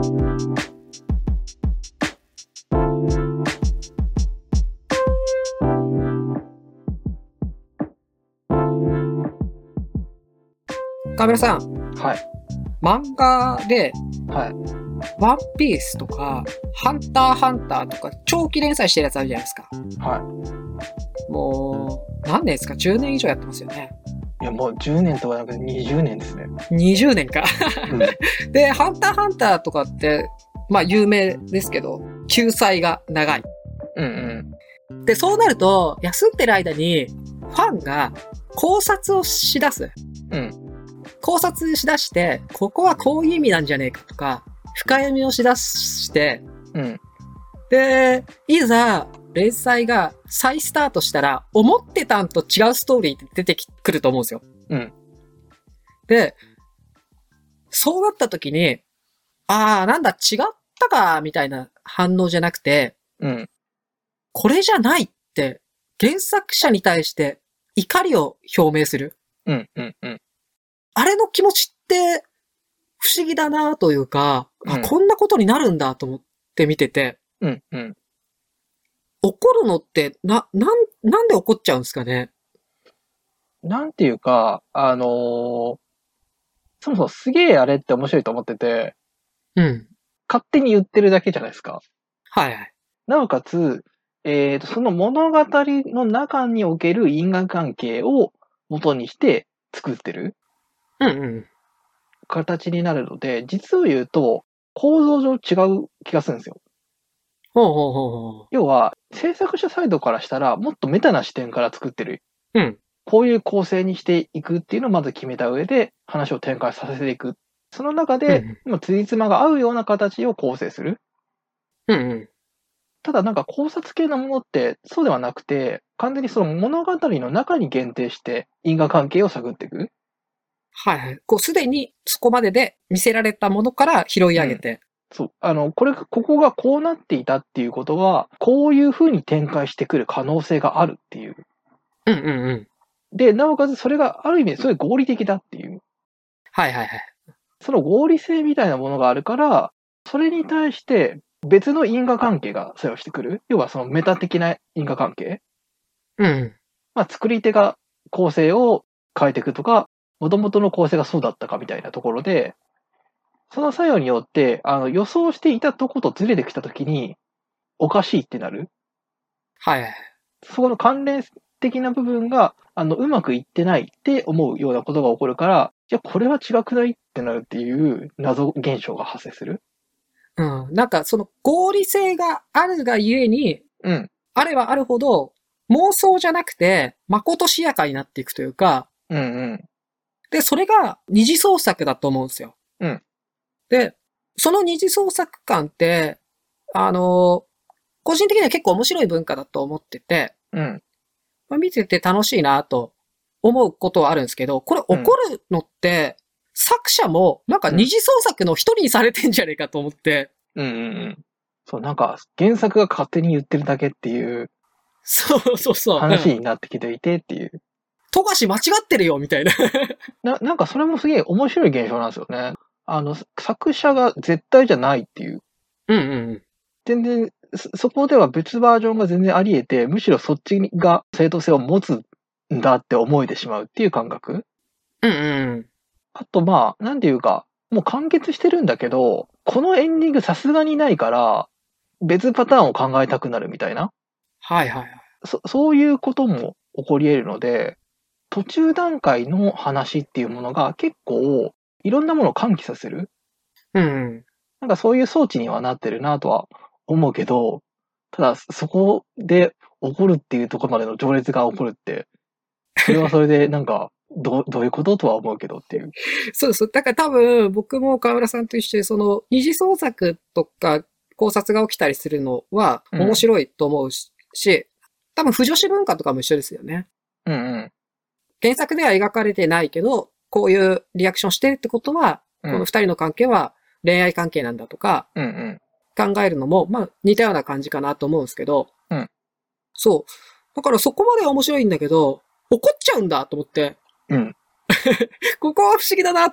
河村さん。 はい。 漫画で、 はい。 ワンピースとか、ハンターハンターとか、長期連載してるやつあるじゃないですか。 はもう、何年ですか ?10 年以上やってますよね。 い。いや、もう10年とかなくて20年ですね。 20年か。 うん。 で、ハンターハンターとかって、まあ有名ですけど、救済が長い。 うんで、そうなると、休んでる間に、ファンが考察をしだす。 うん。 考察しだして、ここはこういう意味なんじゃねえかとか、深読みをしだして、 うん。 で、いざ、連載が再スタートしたら、思ってたんと違うストーリーって出てくると思うんですよ。 うん。 で、そうなった時に、なんだ、違ったか、みたいな反応じゃなくて、 うん。 これじゃないって、原作者に対して怒りを表明する。 うん。うん。うん。 あれの気持ちって不思議だなというか、 うんこんなことになるんだと思って見てて、 うん。うん。 怒るのってなんで怒っちゃうんですかね。 なんていうか、そもそもすげえあれって面白いと思ってて、 うん。 勝手に言ってるだけじゃないですか。 はいはい。 なおかつ、その物語の中における因果関係を元にして作ってるうんうん。 形になるので、実を言うと、構造上違う気がするんですよ。 ほうほうほうほ要は、制作者サイドからしたら、もっとメタな視点から作ってる。 う。うん。 こういう構成にしていくっていうのをまず決めた上で、話を展開させていく。その中で、 うん。 今、辻褄が合うような形を構成する。 うんうん。 ただなんか考察系のものって、そうではなくて、完全にその物語の中に限定して、因果関係を探っていく。 はいはい。こう、すでにそこまでで見せられたものから拾い上げて。 そう。ここがこうなっていたっていうことは、こういう風に展開してくる可能性があるっていう。 うんうんうん。 で、なおかつそれがある意味ですごい合理的だっていう。 はいはいはい。 その合理性みたいなものがあるから、それに対して別の因果関係が作用してくる。要はそのメタ的な因果関係。 うん。 まあ、作り手が構成を変えていくとか、元々の構成がそうだったかみたいなところで、その作用によって、予想していたとことずれてきたときに、おかしいってなる。 はいはい。 そこの関連的な部分が、うまくいってないって思うようなことが起こるから、じゃあこれは違くないってなるっていう謎現象が発生する。 うん。なんかその合理性があるがゆえに、 うん。 あれはあるほど妄想じゃなくて、まことしやかになっていくというか、 うんうん。 で、それが二次創作だと思うんですよ。 うん。 で、その二次創作感って、個人的には結構面白い文化だと思ってて、 うん。 まあ見てて楽しいなと思うことはあるんですけど、これ起こるのって、作者もなんか二次創作の一人にされてんじゃねえかと思って。 うんうんうん。そう、なんか原作が勝手に言ってるだけっていうそうそうそう。 話になってきていてっていう。 富樫間違ってるよみたいな。 なんかそれもすげえ面白い現象なんですよね。作者が絶対じゃないっていう。 うんうんうん。 全然、そこでは別バージョンが全然あり得て、むしろそっちが正当性を持つんだって思えてしまうっていう感覚。 うんうん。 あとまあ、なんていうか、もう完結してるんだけど、このエンディングさすがにないから、別パターンを考えたくなるみたいな。 はいはいはい。 そういうことも起こり得るので、途中段階の話っていうものが結構いろんなものを喚起させる。 うんうん。 なんかそういう装置にはなってるなとは思うけど、ただそこで起こるっていうところまでの序列が起こるって、それはそれでなんか、どういうこととは思うけどっていう。 そうそう。だから多分僕も河村さんと一緒でその二次創作とか考察が起きたりするのは面白いと思うし、多分不女子文化とかも一緒ですよね。 うんうん。 原作では描かれてないけど、こういうリアクションしてるってことは、 うんこの二人の関係は恋愛関係なんだとかうんうん。 考えるのも、まあ似たような感じかなと思うんですけど、 うん。 そう。だからそこまでは面白いんだけど、怒っちゃうんだと思って、 うん。 ここは不思議だなと思っ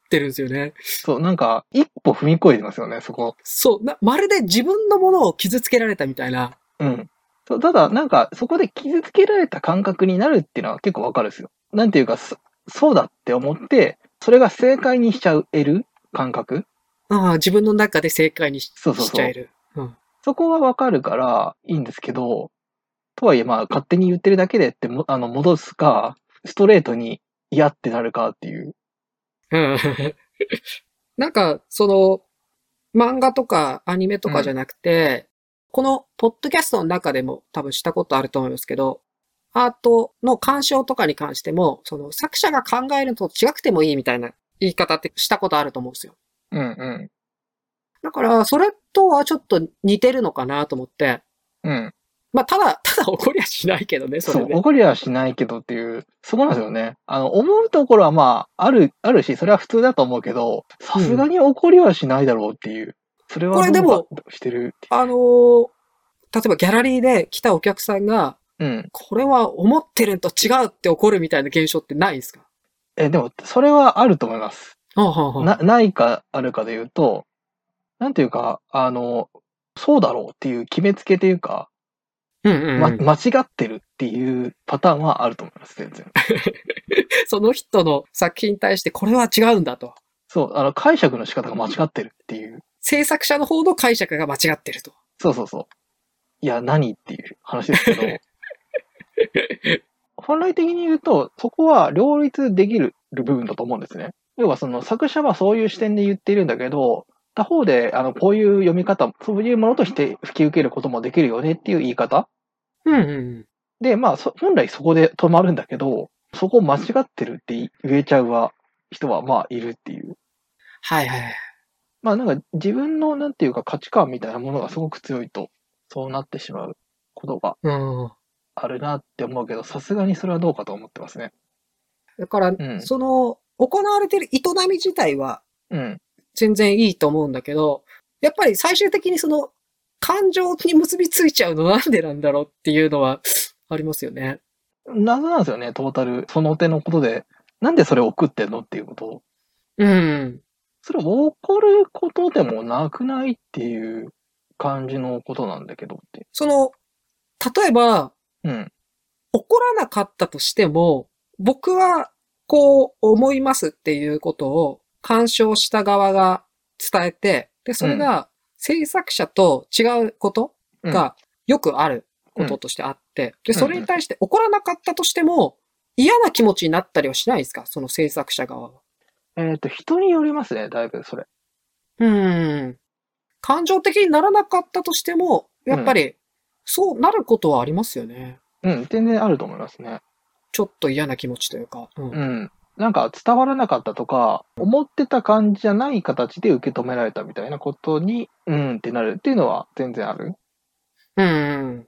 てるんですよね。 そう、なんか、一歩踏み越えてますよね、そこ。 そう、まるで自分のものを傷つけられたみたいな。 うん。そうただ、なんか、そこで傷つけられた感覚になるっていうのは結構わかるんですよ。なんていうか、そうだって思って、それが正解にしちゃえる感覚。 ああ、自分の中で正解にしそうそうそう。 ちゃえる。うん。 そこはわかるからいいんですけど、とはいえ、まあ、勝手に言ってるだけでって戻すか、ストレートに嫌ってなるかっていう。 うん。なんか、その、漫画とかアニメとうん。 かじゃなくて、このポッドキャストの中でも多分したことあると思いますけど、アートの鑑賞とかに関しても、その作者が考えるのと違くてもいいみたいな言い方ってしたことあると思うんですよ。 うんうだから、それとはちょっと似てるのかなと思って、 ん。うん。 まあ、ただ怒りはしないけどね、そそう、 れで。 怒りはしないけどっていう、そこなんですよね。思うところはまあ、あるし、それは普通だと思うけど、さうん。 すがに怒りはしないだろうっていう。それはどうかこれでも、 してるって。 あのー例えばギャラリーで来たお客さんが、 うん。 これは思ってるのと違うって怒るみたいな現象ってないですか？ でも、それはあると思います。 はあはあはあ。 ないかあるかで言うと、なんていうか、そうだろうっていう決めつけというか、 うんうんうん。 間違ってるっていうパターンはあると思います、全然。 その人の作品に対してこれは違うんだと。 そう、解釈の仕方が間違ってるっていう。 制作者の方の解釈が間違ってると。 そうそうそう。いや、何っていう話ですけど、本来的に言うと、そこは両立できる部分だと思うんですね。要はその作者はそういう視点で言っているんだけど、他方で、こういう読み方、そういうものとして引き受けることもできるよねっていう言い方。 うんうんうん。 で、まあ、本来そこで止まるんだけど、そこを間違ってるって言えちゃう人はまあいるっていう。 はいはいはい。 まあなんか自分のなんていうか価値観みたいなものがすごく強いと、そうなってしまうことがうん。 あるなって思うけど、さすがにそれはどうかと思ってますね。 だから、 うん。 その、行われている営み自体はうん。 全然いいと思うんだけど、やっぱり最終的にその、感情に結びついちゃうのなんでなんだろうっていうのはありますよね。 謎なんですよね、トータル。その手のことで。なんでそれを送ってんのっていうことを。 うん。 それ起こることでもなくないっていう感じのことなんだけどって。 その、例えば、 うん。 怒らなかったとしても、僕はこう思いますっていうことを干渉した側が伝えて、で、 うん。 それが制作者と違うことうん。 がよくあるうん。 こととしてあって、で、 うん。うん。 それに対して怒らなかったとしても嫌な気持ちになったりはしないですか？その制作者側は。 人によりますね、だいぶそれ。 うーん。感情的にならなかったとしても、 うん。 やっぱりそうなることはありますよね。 うん。全然あると思いますね。 ちょっと嫌な気持ちというか。うん。 うん。なんか伝わらなかったとか、思ってた感じじゃない形で受け止められたみたいなことに、うんってなるっていうのは全然ある。 うん。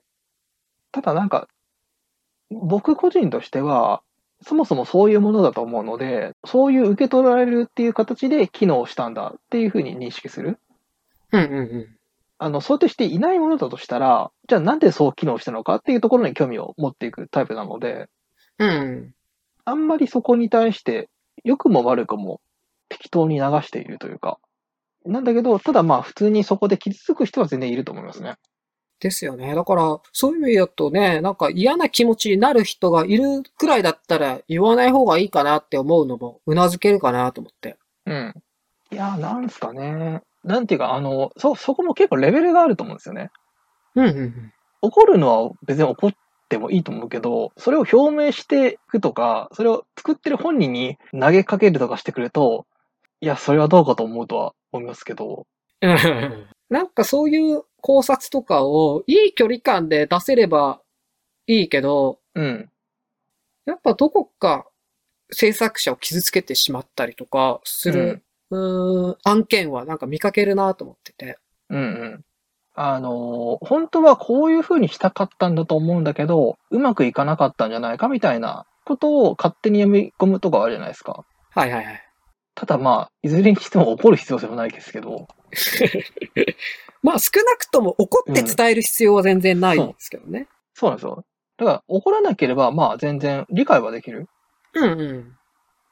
ただなんか、僕個人としては、そもそもそういうものだと思うので、そういう受け取られるっていう形で機能したんだっていうふうに認識する。 うんうんうん。 そうとしていないものだとしたら、じゃあなんでそう機能したのかっていうところに興味を持っていくタイプなので、 うん。 あんまりそこに対して、良くも悪くも適当に流しているというか、なんだけど、ただまあ普通にそこで傷つく人は全然いると思いますね。 ですよね。だから、そういう意味だとね、なんか嫌な気持ちになる人がいるくらいだったら言わない方がいいかなって思うのも、うなずけるかなと思って。 うん。いやー、なんすかね。なんていうか、そこも結構レベルがあると思うんですよね。 うんうんうん。 怒るのは別に怒ってもいいと思うけど、それを表明していくとか、それを作ってる本人に投げかけるとかしてくると、いや、それはどうかと思うとは思いますけど、 うんなんかそういう考察とかをいい距離感で出せればいいけど、 うん、 やっぱどこか制作者を傷つけてしまったりとかすうん、 る、案件はなんか見かけるなと思ってて。 うん、うん。本当はこういう風にしたかったんだと思うんだけど、うまくいかなかったんじゃないかみたいなことを勝手に読み込むとかあるじゃないですか。 はいはいはい。 ただまあ、いずれにしても怒る必要性もないですけど、 まあ少なくとも怒ってうん、 伝える必要は全然ないでそう、 すけどね。 そうなんですよ。だから怒らなければまあ全然理解はできる。 うんうん。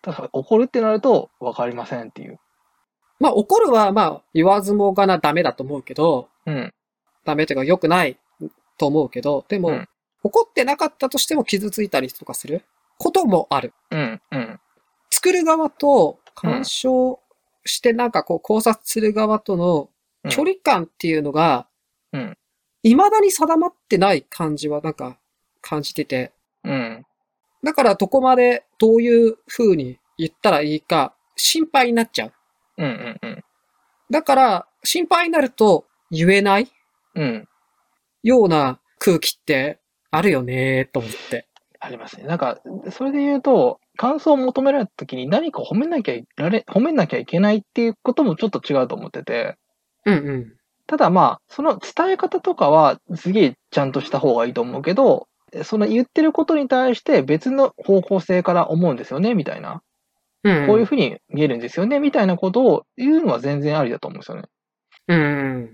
だから怒るってなると分かりませんっていう。 まあ怒るはまあ言わずもがなダメだと思うけど、 うん。 ダメというか良くないと思うけど、でも、 うん怒ってなかったとしても傷ついたりとかすることもある。 うんうん。 作る側と干渉してなんかこう考察する側との距離感っていうのが、 うん。 未だに定まってない感じはなんか感じてて、 うん。 だからどこまでどういう風に言ったらいいか心配になっちゃう。 うんうんうん。 だから心配になると言えないうん。 ような空気ってあるよねと思って。 ありますね。なんか、それで言うと、感想を求められた時に何か褒めなきゃいけないっていうこともちょっと違うと思ってて、 うんうん。 ただまあ、その伝え方とかはすげえちゃんとした方がいいと思うけど、その言ってることに対して別の方向性から思うんですよね、みたいな。 うんこういうふうに見えるんですよね、みたいなことを言うのは全然ありだと思うんですよね。 うん。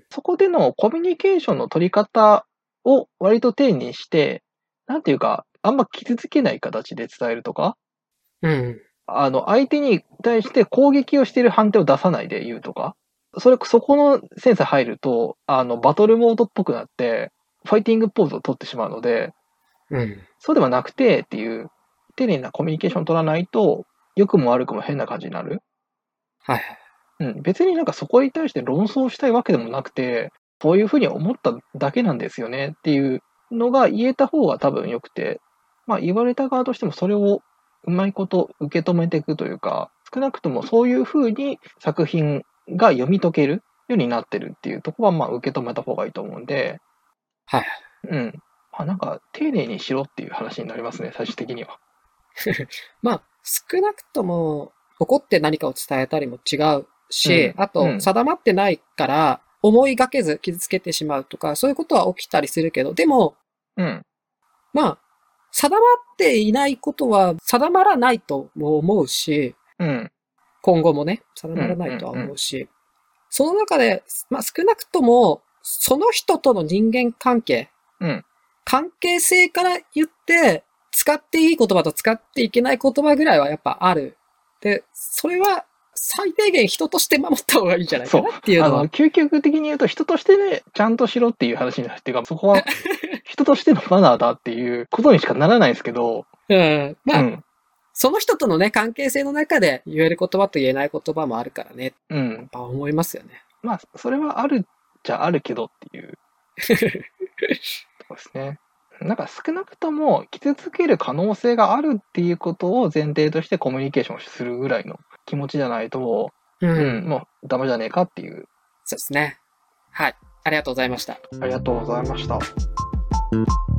そこでのコミュニケーションの取り方を割と丁寧にして、なんていうか、あんま傷つけない形で伝えるとか、 うん。 相手に対して攻撃をしている判定を出さないで言うとか、そこのセンス入ると、バトルモードっぽくなって、ファイティングポーズを取ってしまうので、 うん。 そうではなくてっていう、丁寧なコミュニケーションを取らないと、良くも悪くも変な感じになる。 はい。 うん、別になんかそこに対して論争したいわけでもなくて、こういうふうに思っただけなんですよねっていうのが言えた方が多分良くて、まあ言われた側としてもそれをうまいこと受け止めていくというか、少なくともそういうふうに作品が読み解けるようになってるっていうところはまあ受け止めた方がいいと思うんで、 はい。 うん。まあなんか丁寧にしろっていう話になりますね、最終的には。 まあ、少なくとも怒って何かを伝えたりも違うし、 うん。 あと、 うん。 定まってないから、思いがけず傷つけてしまうとか、そういうことは起きたりするけど、でも、 うん。 まあ、定まっていないことは定まらないとも思うし、 うん。 今後もね、定うん。 まらないとはうん。 思うし、その中で、まあ少なくとも、その人との人間関係、 うん。 関係性から言って、使っていい言葉と使っていけない言葉ぐらいはやっぱある。で、それは最低限人として守った方がいいんじゃないかなっていうのは。 究極的に言うと人としてね、ちゃんとしろっていう話になるっていうか、そこは人としてのマナーだっていうことにしかならないですけど、 うん。まあ、 うん。 その人とのね、関係性の中で言える言葉と言えない言葉もあるからね。 うん。 思いますよね。 まあ、それはあるっちゃあるけどっていうとこですね。なんか少なくとも傷つける可能性があるっていうことを前提としてコミュニケーションするぐらいの気持ちじゃないと、 ううん、 ん。 もうダメじゃねえかっていう。 そうですね。はい。ありがとうございました。 ありがとうございました。